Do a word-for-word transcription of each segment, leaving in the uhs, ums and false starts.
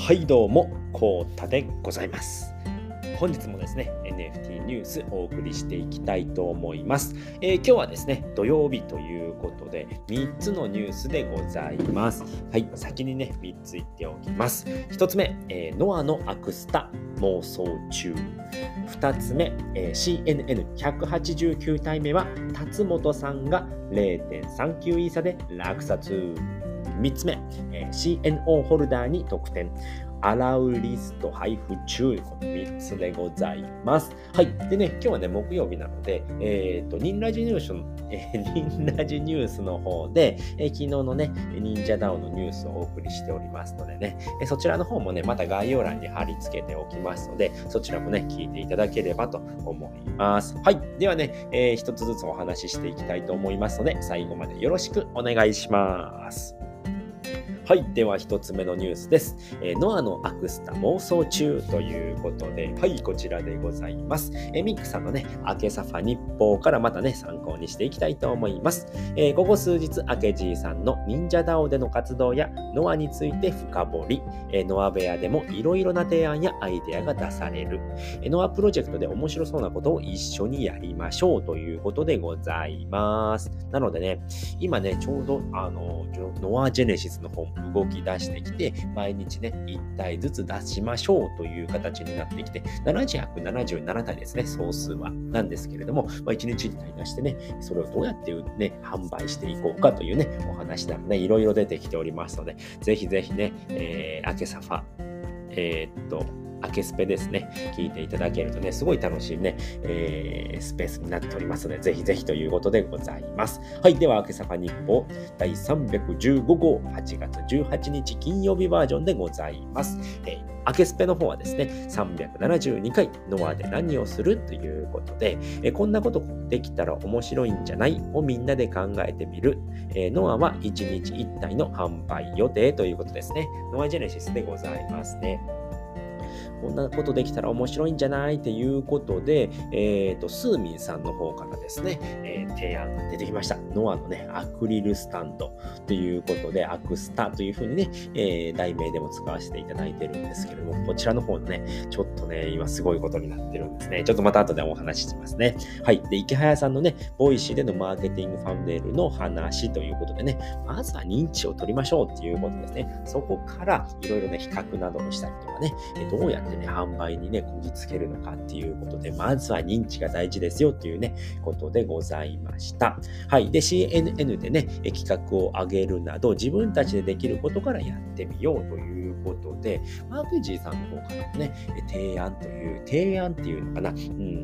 はいどうも、こうたでございます。本日もですね エヌエフティー ニュースお送りしていきたいと思います。えー、今日はですね土曜日ということでみっつのニュースでございます。はい、先にねみっつ言っておきます。ひとつめ、えー、ノアのアクスタ妄想中。ふたつめ、えー、シーエヌエヌひゃくはちじゅうきゅう 体目は辰本さんが れいてんさんきゅう イーサで落札。みっつめ、えー、シーエヌオー ホルダーに特典。アラウリスト配布中、このみっつでございます。はい。でね、今日はね、木曜日なので、えっと、ニンラジニュースの、えー、ニンラジニュースの方で、えー、昨日のね、忍者ダオのニュースをお送りしておりますのでね、えー、そちらの方もね、また概要欄に貼り付けておきますので、そちらもね、聞いていただければと思います。はい。ではね、えー、一つずつお話ししていきたいと思いますので、最後までよろしくお願いします。はい。では一つ目のニュースです。えー、ノアのアクスタ妄想中ということで、はい、こちらでございます。えー、ミックさんのね、明けサファ日報からまたね、参考にしていきたいと思います。えー、ここ数日、明けじいさんの忍者ダオでの活動やノアについて深掘り、えー、ノア部屋でもいろいろな提案やアイデアが出される、えー、ノアプロジェクトで面白そうなことを一緒にやりましょうということでございます。なのでね、今ね、ちょうど、あの、ノアジェネシスの方も動き出してきて、毎日ね、いち体ずつ出しましょうという形になってきて、ななひゃくななじゅうなな体ですね、総数は。なんですけれども、まあ、いちにちいち体出してね、それをどうやってね、販売していこうかというね、お話などね、いろいろ出てきておりますので、ぜひぜひね、えー、明けサファ、えー、っと、明けスペですね、聞いていただけるとね、すごい楽しいね、えー、スペースになっておりますので、ぜひぜひということでございます。はい、では、明けサファ日報だいさんびゃくじゅうごごう、はちがつじゅうはちにち金曜日バージョンでございます。えー、明けスペの方はですね、さんびゃくななじゅうにかい、ノアで何をするということで、えー、こんなことできたら面白いんじゃないをみんなで考えてみる。えー、ノアはいちにちいち体の販売予定ということですね。ノアジェネシスでございますね。こんなことできたら面白いんじゃないということで、えっと、スーミンさんの方からですね、えー、提案が出てきました。ノアのね、アクリルスタンドということで、アクスタというふうにね、えー、題名でも使わせていただいてるんですけれども、こちらの方のね、ちょっとね、今すごいことになってるんですね。ちょっとまた後でお話ししますね。はい。で、池早さんのね、ボイシーでのマーケティングファンネルの話ということでね、まずは認知を取りましょうっていうことですね。そこからいろいろね、比較などをしたりとかね、どうやってね、販売にね、こぎつけるのかっていうことで、まずは認知が大事ですよっていうね、ことでございました。はい。で、シーエヌエヌ でね、企画を上げるなど、自分たちでできることからやってみようということで、マーケジーさんの方からもね、提案という、提案っていうのかな、うん、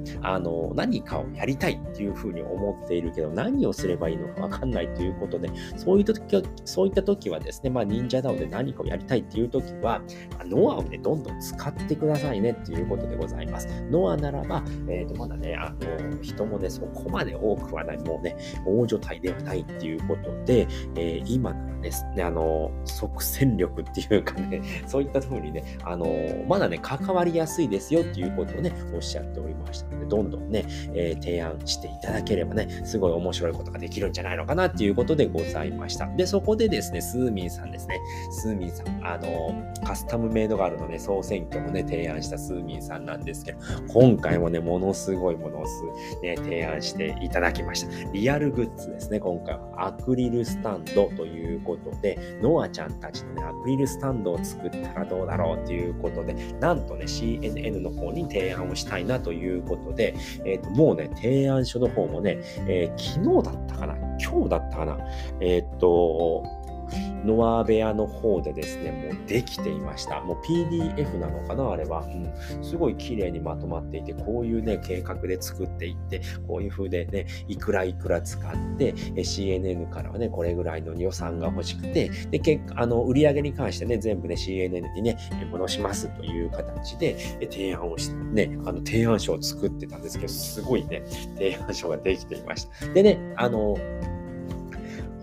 あの、何かをやりたいっていうふうに思っているけど、何をすればいいのかわかんないということで、そういった時は、そういった時はですね、まあ、忍者ダオで何かをやりたいっていう時は、ノアをね、どんどん使ってくださいねっていうことでございます。ノアならば、えっと、まだね、あの、人もね、そこまで多くはない、もうね、大所帯ではないっていうことで、えー、今ならですね、あの、即戦力っていうかね、そういった風にね、あの、まだね、関わりやすいですよっていうことをね、おっしゃっておりましたので、どんどんね、えー、提案していただければね、すごい面白いことができるんじゃないのかなっていうことでございました。で、そこでですね、スーミンさんですね、スーミンさん、あの、カスタムメイドガールのね、総選挙もね、提案したスーミンさんなんですけど、今回もね、ものすごいものをす、ね、提案していただきました。リアルグッズですね、今回はアクリルスタンドということで、ノアちゃんたちのね、アクリルスタンドを作ったらどうだろうということで、なんとね、シーエヌエヌ の方に提案をしたいなということで、えっと、もうね、提案書の方もね、えー、昨日だったかな、今日だったかな、えっと、ノア部屋の方でですね、もうできていました。もう ピーディーエフ なのかなあれは。うん。すごい綺麗にまとまっていて、こういうね、計画で作っていって、こういう風でね、いくらいくら使って、シーエヌエヌ からはね、これぐらいの予算が欲しくて、で、結果、あの、売上に関してね、全部ね、シーエヌエヌ にね、戻しますという形で、提案をして、ね、あの、提案書を作ってたんですけど、すごいね、提案書ができていました。でね、あの、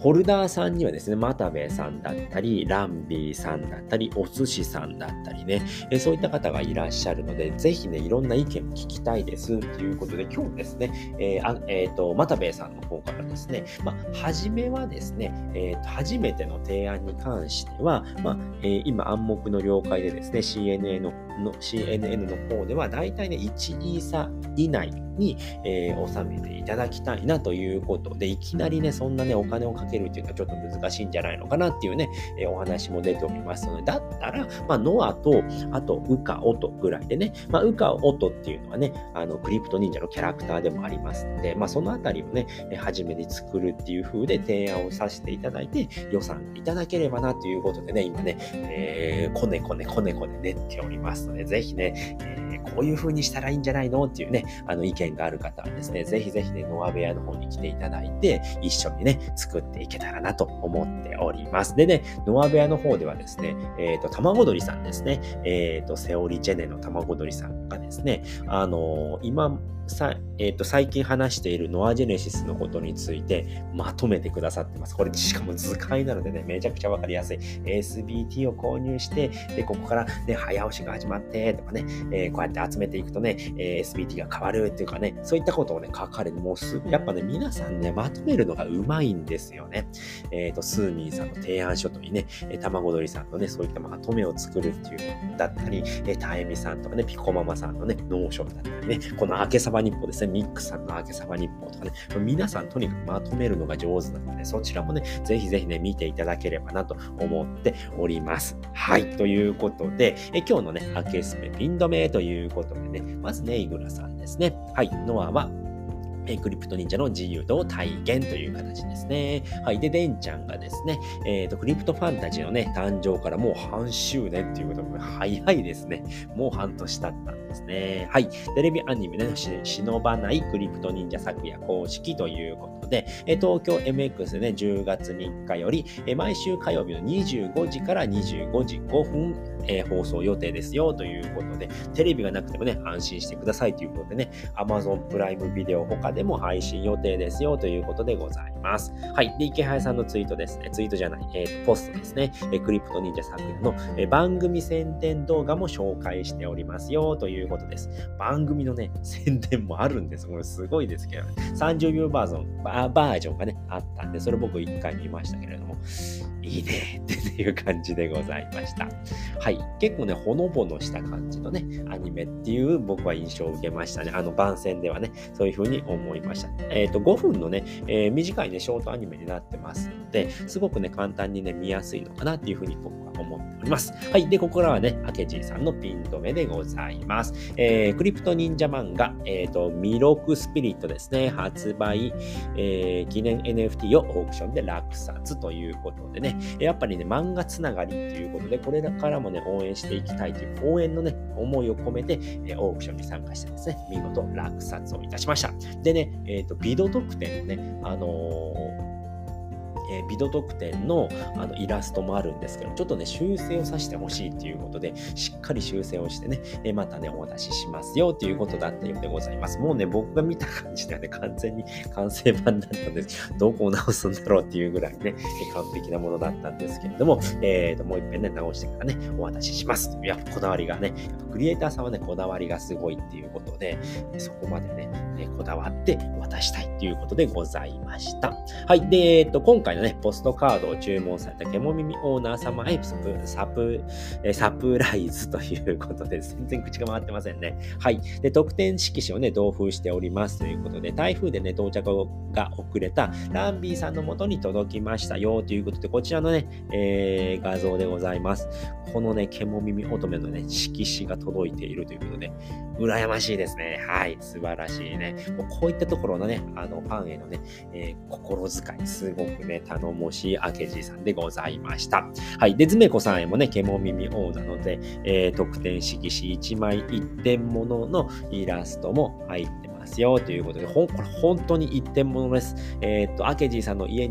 ホルダーさんにはですね、又部さんだったり、ランビーさんだったり、お寿司さんだったりね、えそういった方がいらっしゃるので、ぜひね、いろんな意見を聞きたいですということで、今日ですね、えーあえーと、又部さんの方からですね、まあ、初めはですね、えーと、初めての提案に関しては、まあえー、今暗黙の了解でですね、シーエヌエヌ の, の シーエヌエヌ の方では、だいたいね、いちイーサ以内に、えー、収めていただきたいなということで、いきなりね、そんなね、お金をかけるっていうのはちょっと難しいんじゃないのかなっていうね、えー、お話も出ておりますので、だったら、まあ、ノアと、あと、ウカオトぐらいでね、まあ、ウカオトっていうのはね、あの、クリプト忍者のキャラクターでもありますので、まあ、そのあたりをね、初めに作るっていう風で提案をさせていただいて、予算いただければなということでね、今ね、えー、こねこねこねこね練っておりますので、ぜひね、えーこういう風にしたらいいんじゃないのっていうね、あの意見がある方はですね、ぜひぜひね、ノア部屋の方に来ていただいて、一緒にね、作っていけたらなと思っております。でね、ノア部屋の方ではですね、えっと、卵鳥さんですね、えっと、セオリジェネの卵鳥さんがですね、あのー、今、さえー、と最近話しているノアジェネシスのことについてまとめてくださってます。これしかも図解なのでね、めちゃくちゃわかりやすい。エスビーティー を購入して、で、ここからね、早押しが始まってとかね、えー、こうやって集めていくとね、えー、エスビーティー が変わるっていうかね、そういったことをね、書かれる。もうす、やっぱね、皆さんね、まとめるのがうまいんですよね。えっと、スーミーさんの提案書といいね、えー、卵鳥さんのね、そういったまとめを作るっていうのだったり、えー、タエミさんとかね、ピコママさんのね、ノーションだったりね、この明けさば日報ですね、ミックさんの明けさば日報とかね、皆さんとにかくまとめるのが上手なので、そちらもね、ぜひぜひね、見ていただければなと思っております。はい、ということで、え今日のね、明けすめピン止めということでね、まずね、イグラさんですね。はい、ノアは、えクリプト忍者の自由度を体現という形ですね。はい。で、デンちゃんがですね、えっと、クリプトファンタジーのね、誕生からもう半周年ということで、早いですね。もう半年経ったんですね。はい。テレビアニメね、忍ばないクリプト忍者昨夜公式ということで、え東京 エムエックス でね、じゅうがつみっかより、え毎週火曜日のにじゅうごじからにじゅうごじごふん、えー、放送予定ですよということで、テレビがなくてもね、安心してくださいということでね、Amazon プライムビデオ他でも配信予定ですよということでございます。はい。で、池原さんのツイートですね。ツイートじゃない、えー、ポストですね。えー、クリプト忍者昨夜の、えー、番組宣伝動画も紹介しておりますよということです。番組のね、宣伝もあるんです。これすごいですけど、ね、さんじゅうびょうバージョン、バージョンがね、あったんで、それ僕いっかい見ましたけれども、いいねっていう感じでございました。はい。結構ね、ほのぼのした感じのね、アニメっていう僕は印象を受けましたね。あの番宣ではね、そういう風に思いました。えっと、ごふんのね、えー、短いね、ショートアニメになってますので、すごくね、簡単にね、見やすいのかなっていう風に僕は思っております。はい。で、ここからはね、アケジーさんのピン止めでございます。えー、クリプト忍者漫画、えっと、ミロクスピリットですね、発売、えー、記念 エヌエフティー をオークションで落札ということでね、やっぱりね、漫画つながりっていうことで、これからもね、応援していきたいという応援のね、思いを込めて、えー、オークションに参加してですね、見事落札をいたしました。でね、えっと、ビド特典のね、あのーえー、ビド特典の、あのイラストもあるんですけど、ちょっとね、修正をさせてほしいということで、しっかり修正をしてね、えー、またね、お渡ししますよということだったようでございます。もうね、僕が見た感じではね、完全に完成版だったんです。どこを直すんだろうっていうぐらいね、完璧なものだったんですけれども、えーと、もう一遍ね、直してからね、お渡しします。いや、こだわりがね、クリエイターさんはね、こだわりがすごいっていうことで、そこまでね、ねこだわって渡したいっていうことでございました。はい。で、えっと、今回のね、ポストカードを注文されたケモ耳オーナー様へサプ、サプ、サプライズということで、全然口が回ってませんね。はい。で、特典色紙をね、同封しておりますということで、台風でね、到着が遅れたランビーさんの元に届きましたよということで、こちらのね、えー、画像でございます。このね、ケモ耳乙女のね、色紙が届いているということで、羨ましいですね。はい。素晴らしいね。もうこういったところのね、あの、ファンへのね、えー、心遣い、すごくね、頼もしい明治さんでございました。はい。で、ズメコさんへもね、ケモ耳王なので、えー、特典色紙いちまいいってんもののイラストも入ってますよということで、ほん、これ本当に一点物です。えっと、明治さんの家にも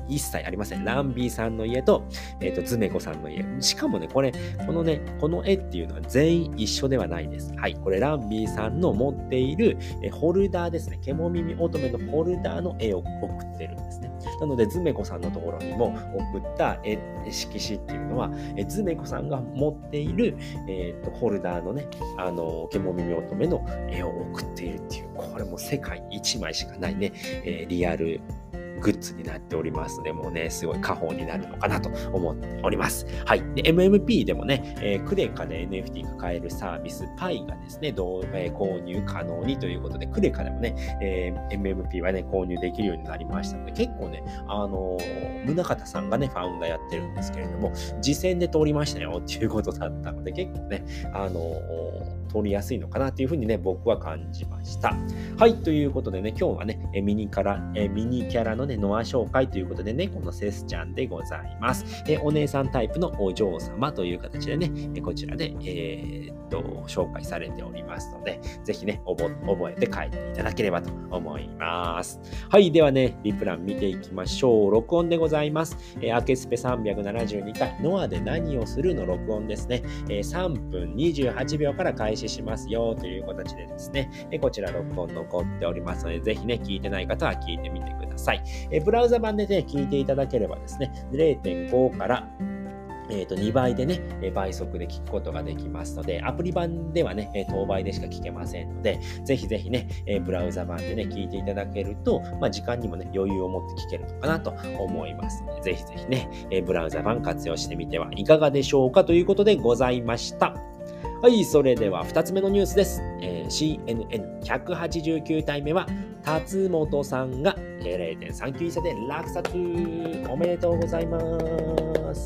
一切ありません。ランビーさんの家と、えっと、ズメコさんの家。しかもね、これ、このね、この絵っていうのは全員一緒ではないです。はい。これ、ランビーさんの持っているえホルダーですね。獣耳乙女のホルダーの絵を送ってるんですね。なので、ズメコさんのところにも送った絵色紙っていうのは、えズメコさんが持っている、えー、とホルダーのね、あの、獣耳乙女の絵を送っているっていう、これも世界にいちまいしかないね、えー、リアルグッズになっておりますので、もうね、すごい家宝になるのかなと思っております。はい。で、エムエムピー でもね、えー、クレカで エヌエフティー が買えるサービス、パイがですね、同えー、購入可能にということで、クレカでもね、えー、エムエムピー はね、購入できるようになりましたので、結構ね、あのー、宗像さんがね、ファウンダーやってるんですけれども、次戦で通りましたよっていうことだったので、結構ね、あのー、通りやすいのかなというふうにね、僕は感じました。はい、ということでね、今日はね、えミニキャラ、えミニキャラのね、ノア紹介ということでね、このセスちゃんでございます。えお姉さんタイプのお嬢様という形でね、えこちらで、えー、っと、紹介されておりますので、ぜひね、覚えて帰っていただければと思います。はい、ではね、リプラン見ていきましょう。録音でございます。えアケスペさんびゃくななじゅうにかい、ノアで何をするの録音ですね。えさんぷんにじゅうはちびょうから開始しますよという形でですね、えこちら録音残っておりますので、ぜひね、聞いてない方は聞いてみてください。えブラウザ版でね、聞いていただければですね、れいてんご からえー、とにばいでね、倍速で聞くことができますので、アプリ版ではね、当倍でしか聞けませんので、ぜひぜひね、ブラウザ版でね、聞いていただけると、まあ、時間にもね、余裕を持って聞けるのかなと思いますので、ぜひぜひね、ブラウザ版活用してみてはいかがでしょうかということでございました。はい、それではふたつめのニュースです。えー、シーエヌエヌひゃくはちじゅうきゅうたいめは、辰本さんが れいてんさんきゅう 位差で落札おめでとうございます。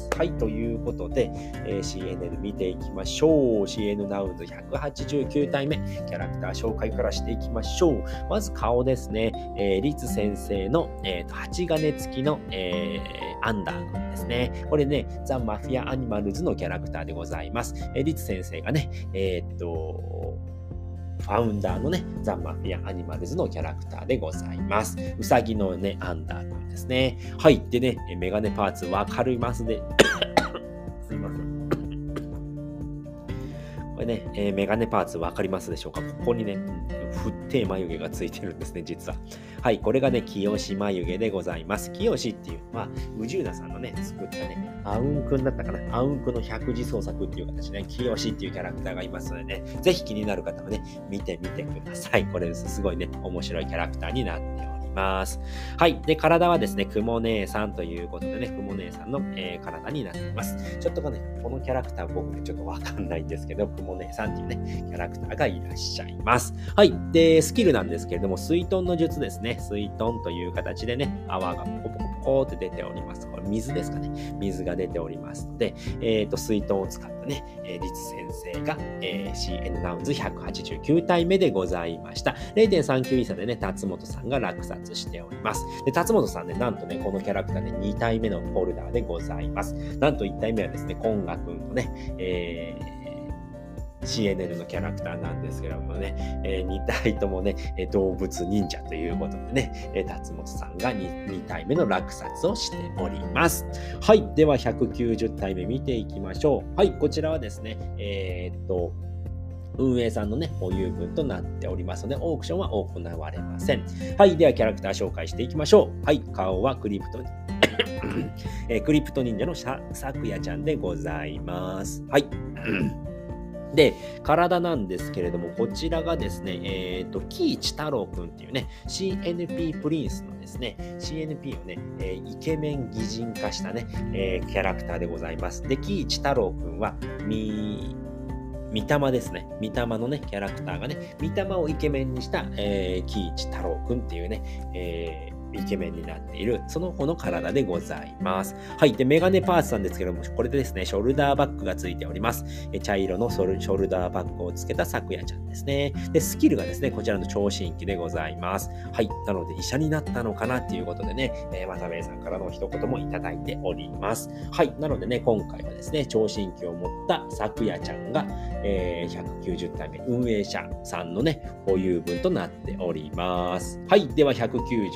はい、ということで、えー、シーエヌエヌ 見ていきましょう。シーエヌ ナウンズひゃくはちじゅうきゅうたいめ、キャラクター紹介からしていきましょう。まず顔ですね。えー、リツ先生の、えー、と蜂金付きの、えー、アンダー君ですね。これね、ザ・マフィア・アニマルズのキャラクターでございます。えー、リツ先生がね、えー、っと、ファウンダーのね、ザ・マフィア・アニマルズのキャラクターでございます。うさぎのね、アンダー君ですね。はい。でね、メガネパーツわかりますね。すいません。これね、えー、メガネパーツわかりますでしょうか？ここにね、ふってえ眉毛がついてるんですね、実は。はい、これがね、清眉毛でございます。清っていうのは、宇宙田さんのね、作ったね、アウンくんだったかな。アウンくんの百字創作っていう形でね、清っていうキャラクターがいますのでね、ぜひ気になる方はね、見てみてください。これすごいね、面白いキャラクターになっております。ます。はい。で、体はですね、くも姉さんということでね、くも姉さんの、えー、体になっています。ちょっとね、このキャラクター僕ね、ちょっとわかんないんですけど、くも姉さんっていうね、キャラクターがいらっしゃいます。はい。で、スキルなんですけれども、水遁の術ですね。水遁という形でね、泡がポコポコポコって出ております。これ水ですかね。水が出ておりますので、えっと、水遁を使ったね、えー、リツ先生が、えー、シーエヌ ナウンズひゃくはちじゅうきゅうたいめでございました。れいてんさんきゅう 位差でね、辰本さんが落札しております。で、辰本さんね、なんとね、このキャラクターでにたいめのホルダーでございます。なんといったいめはですね、コンガ君のね、えー、シーエヌエヌ のキャラクターなんですけどもね、えー、にたいともね、動物忍者ということでね、えー、辰本さんが 2, にたいめの落札をしております。はい、ではひゃくきゅうじゅったいめ見ていきましょう。はい、こちらはですね、えー、っと、運営さんのね、保有分となっておりますので、オークションは行われません。はい、ではキャラクター紹介していきましょう。はい、顔はクリプト、えー、クリプト忍者のさくやちゃんでございます。はい。で、体なんですけれども、こちらがですね、えっと、喜一太郎くんっていうね、シーエヌピー プリンスのですね、シーエヌピー をね、えー、イケメン擬人化したね、えー、キャラクターでございます。で、喜一太郎くんは、みみたまですね。みたまのね、キャラクターがね、みたまをイケメンにした、えー、喜一太郎くんっていうね、えーイケメンになっている、その子の体でございます。はい。で、メガネパーツなんですけども、これでですね、ショルダーバッグがついております。え茶色のショルダーバッグをつけたさくやちゃんですね。で、スキルがですね、こちらの聴診器でございます。はい。なので、医者になったのかなっていうことでね、えー、まためいさんからの一言もいただいております。はい。なのでね、今回はですね、聴診器を持ったさくやちゃんが、えー、ひゃくきゅうじゅったいめ、運営者さんのね、保有分となっております。はい。では、ひゃくきゅうじゅういち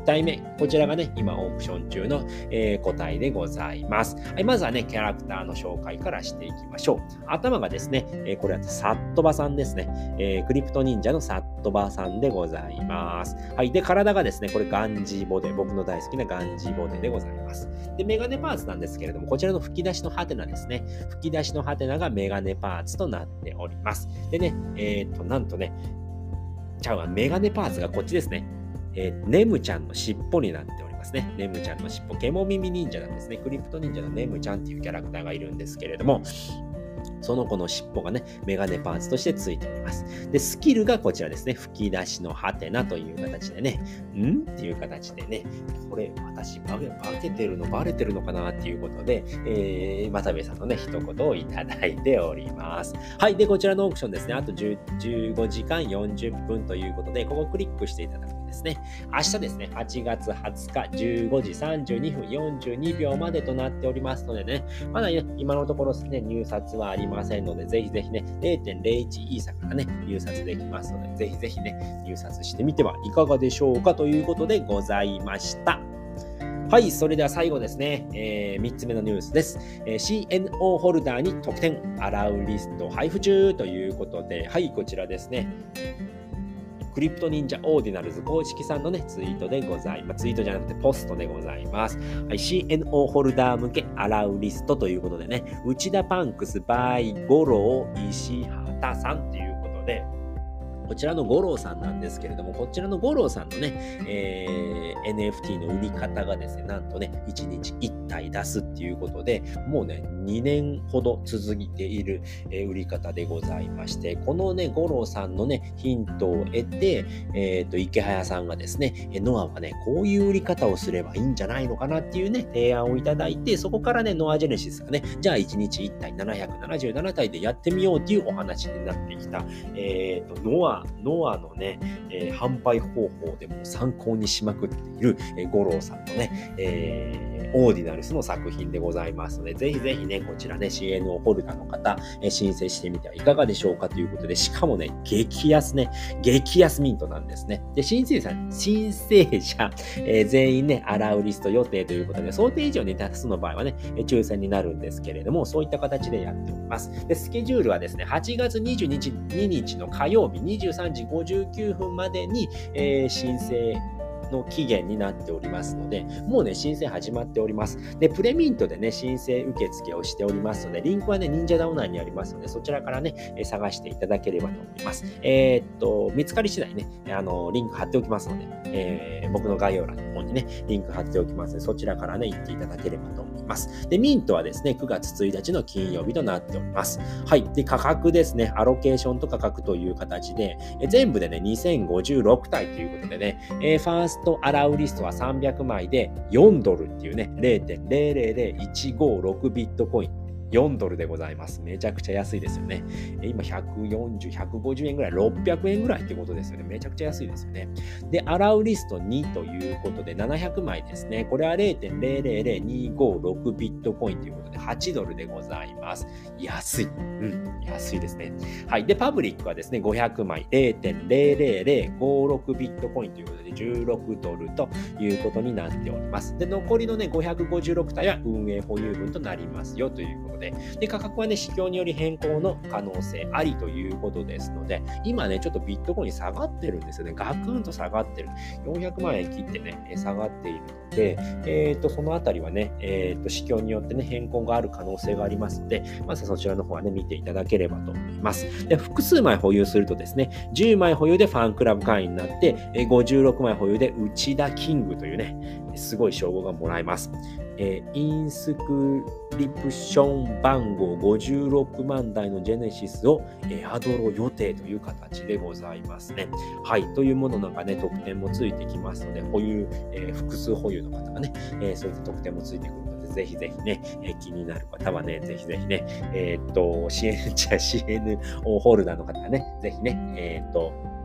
体目。こちらがね、今オークション中の、えー、個体でございます。はい、まずはね、キャラクターの紹介からしていきましょう。頭がですね、えー、これはサットバさんですね。えー、クリプト忍者のサットバさんでございます。はい。で、体がですね、これガンジーボデ。僕の大好きなガンジーボデでございます。で、メガネパーツなんですけれども、こちらの吹き出しのハテナですね。吹き出しのハテナがメガネパーツとなっております。でね、えっと、なんとね、ちゃうわ、メガネパーツがこっちですね。えー、ネムちゃんの尻尾になっておりますね。ネムちゃんの尻尾。ケモ耳忍者なんですね。クリプト忍者のネムちゃんっていうキャラクターがいるんですけれども、その子の尻尾がね、メガネパーツとしてついております。で、スキルがこちらですね。吹き出しのハテナという形でね、んっていう形でね、これ私バレ、バケてるのバレてるのかなっていうことで、えー、又部さんのね、一言をいただいております。はい。で、こちらのオークションですね、あとじゅう、じゅうごじかんよんじゅっぷんということで、ここをクリックしていただくとですね、明日ですね、はちがつはつかじゅうごじさんじゅうにふんよんじゅうにびょうまでとなっておりますのでね、まだ、ね、今のところですね、入札はありませんので、ぜひぜひね、れいてんれいいちイーサからね、入札できますので、ぜひぜひね、入札してみてはいかがでしょうかということでございました。はい、それでは最後ですね、えー、みっつめのニュースです。えー、シーエヌオー ホルダーに特典、アラウリスト配布中ということで、はい、こちらですね。クリプト忍者オーディナルズ公式さんのね、ツイートでございます。ツイートじゃなくてポストでございます。はい、シーエヌオー ホルダー向けアラウリストということでね、内田パンクス by 五郎石畑さんということで、こちらの五郎さんなんですけれども、こちらの五郎さんのね、えー、エヌエフティー の売り方がですね、なんとね、いちにちいったい出すっていうことで、もうね、にねんほど続いている、えー、売り方でございまして、このね、五郎さんのね、ヒントを得て、えっと、池早さんがですね、ノアはね、こういう売り方をすればいいんじゃないのかなっていうね、提案をいただいて、そこからね、ノアジェネシスがね、じゃあいちにちいったいななひゃくななじゅうななたいでやってみようっていうお話になってきた、えっと、ノアノアのね、えー、販売方法でも参考にしまくっている、えー、五郎さんのね、えー、オーディナルスの作品でございますので、ぜひぜひね、こちらね、シーエヌオー ホルダーの方、えー、申請してみてはいかがでしょうかということで、しかもね、激安ね、激安ミントなんですね。で、申請者、申請者、えー、全員ね、アラウリスト予定ということで、想定以上に多数の場合はね、抽選になるんですけれども、そういった形でやっております。で、スケジュールはですね、はちがつにじゅうににちの火曜日にじゅうさんじごじゅうきゅうふんまでに、えー、申請の期限になっておりますので、もうね、申請始まっております。で、プレミントでね、申請受付をしておりますので、リンクはね、忍者ダウナーにありますので、そちらからね、探していただければと思います。えー、っと、見つかり次第ね、あの、リンク貼っておきますので、えー、僕の概要欄の方にね、リンク貼っておきますので、そちらからね、行っていただければと思います。で、ミントはですね、くがつついたちの金曜日となっております。はい。で、価格ですね、アロケーションと価格という形で、え全部でね、にせんごじゅうろくたいということでね、えー、ファーストアラウリストはさんびゃくまいでよんドルっていうね、れいてんれいれいれいいちごろくビットコイン。よんドルでございます。めちゃくちゃ安いですよね。今ひゃくよんじゅう、ひゃくごじゅうえんぐらい、ろっぴゃくえんぐらいってことですよね。めちゃくちゃ安いですよね。で、アラウリストにということでななひゃくまいですね。これは れいてんれいれいれいにごろくビットコインということではちドルでございます。安い。うん、安いですね。はい。で、パブリックはですね、ごひゃくまい、れいてんれいれいれいごろくビットコインということでじゅうろくドルということになっております。で、残りのね、ごひゃくごじゅうろくたいは運営保有分となりますよということで、で、価格はね、市況により変更の可能性ありということですので、今ね、ちょっとビットコイン下がってるんですよね。ガクンと下がってる。よんひゃくまんえん切ってね、下がっているので、えっと、そのあたりはね、えっと、市況によってね、変更がある可能性がありますので、まずそちらの方はね、見ていただければと思います。で、複数枚保有するとですね、じゅうまい保有でファンクラブ会員になって、ごじゅうろくまい保有で内田キングというね、すごい称号がもらえます。えー、インスクリプション番号ごじゅうろくまんだいのジェネシスをエアドロ予定という形でございますね。はい。というものなんかね、特典もついてきますので、保有、えー、複数保有の方がね、えー、そういった特典もついてくるので、ぜひぜひね、えー、気になる方はね、ぜひぜひね、えー、っと、シーエヌ、シーエヌオー ホルダーの方はね、ぜひね、えー、っと、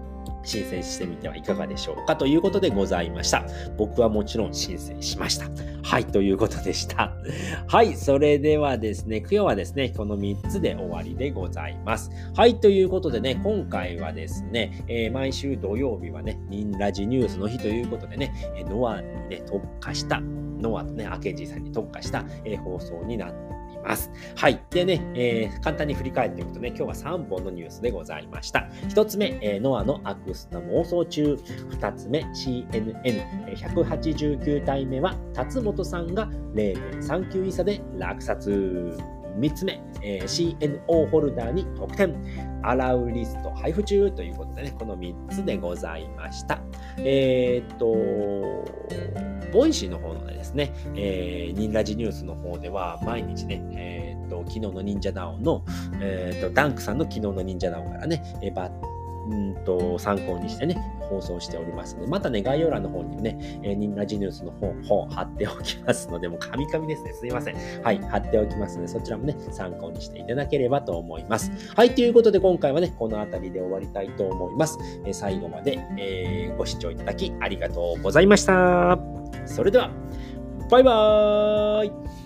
申請してみてはいかがでしょうかということでございました。僕はもちろん申請しました。はい、ということでした。はい、それではですね、今日はですね、このみっつで終わりでございます。はい、ということでね、今回はですね、えー、毎週土曜日はね、ニンラジニュースの日ということでね、ノアにね、特化した、ノアとね、アケンジーさんに特化した、えー、放送になってます。はい。でね、えー、簡単に振り返っていくとね、今日はさんぼんのニュースでございました。ひとつめ、えー、ノアのアクスタ妄想中。ふたつめ、シーエヌエヌひゃくはちじゅうきゅうたいめは、辰本さんが れいてんさんきゅう イサで落札。みっつめ、えー、シーエヌオー ホルダーに特典。アラウリスト配布中ということでね、このみっつでございました。えー、っと、ボイシーの方のですね、えー、ニンラジニュースの方では毎日ね、えー、っと昨日の忍者ダオの、えー、っとダンクさんの昨日の忍者ダオからね、えー、ばうんと参考にしてね、放送しておりますので、またね、概要欄の方にもね、えー、ニンラジニュースの方、方貼っておきますので、もうカミカミですね。すいません。はい、貼っておきますので、そちらもね、参考にしていただければと思います。はい、ということで今回はね、この辺りで終わりたいと思います。えー、最後まで、えー、ご視聴いただきありがとうございました。それでは、バイバーイ。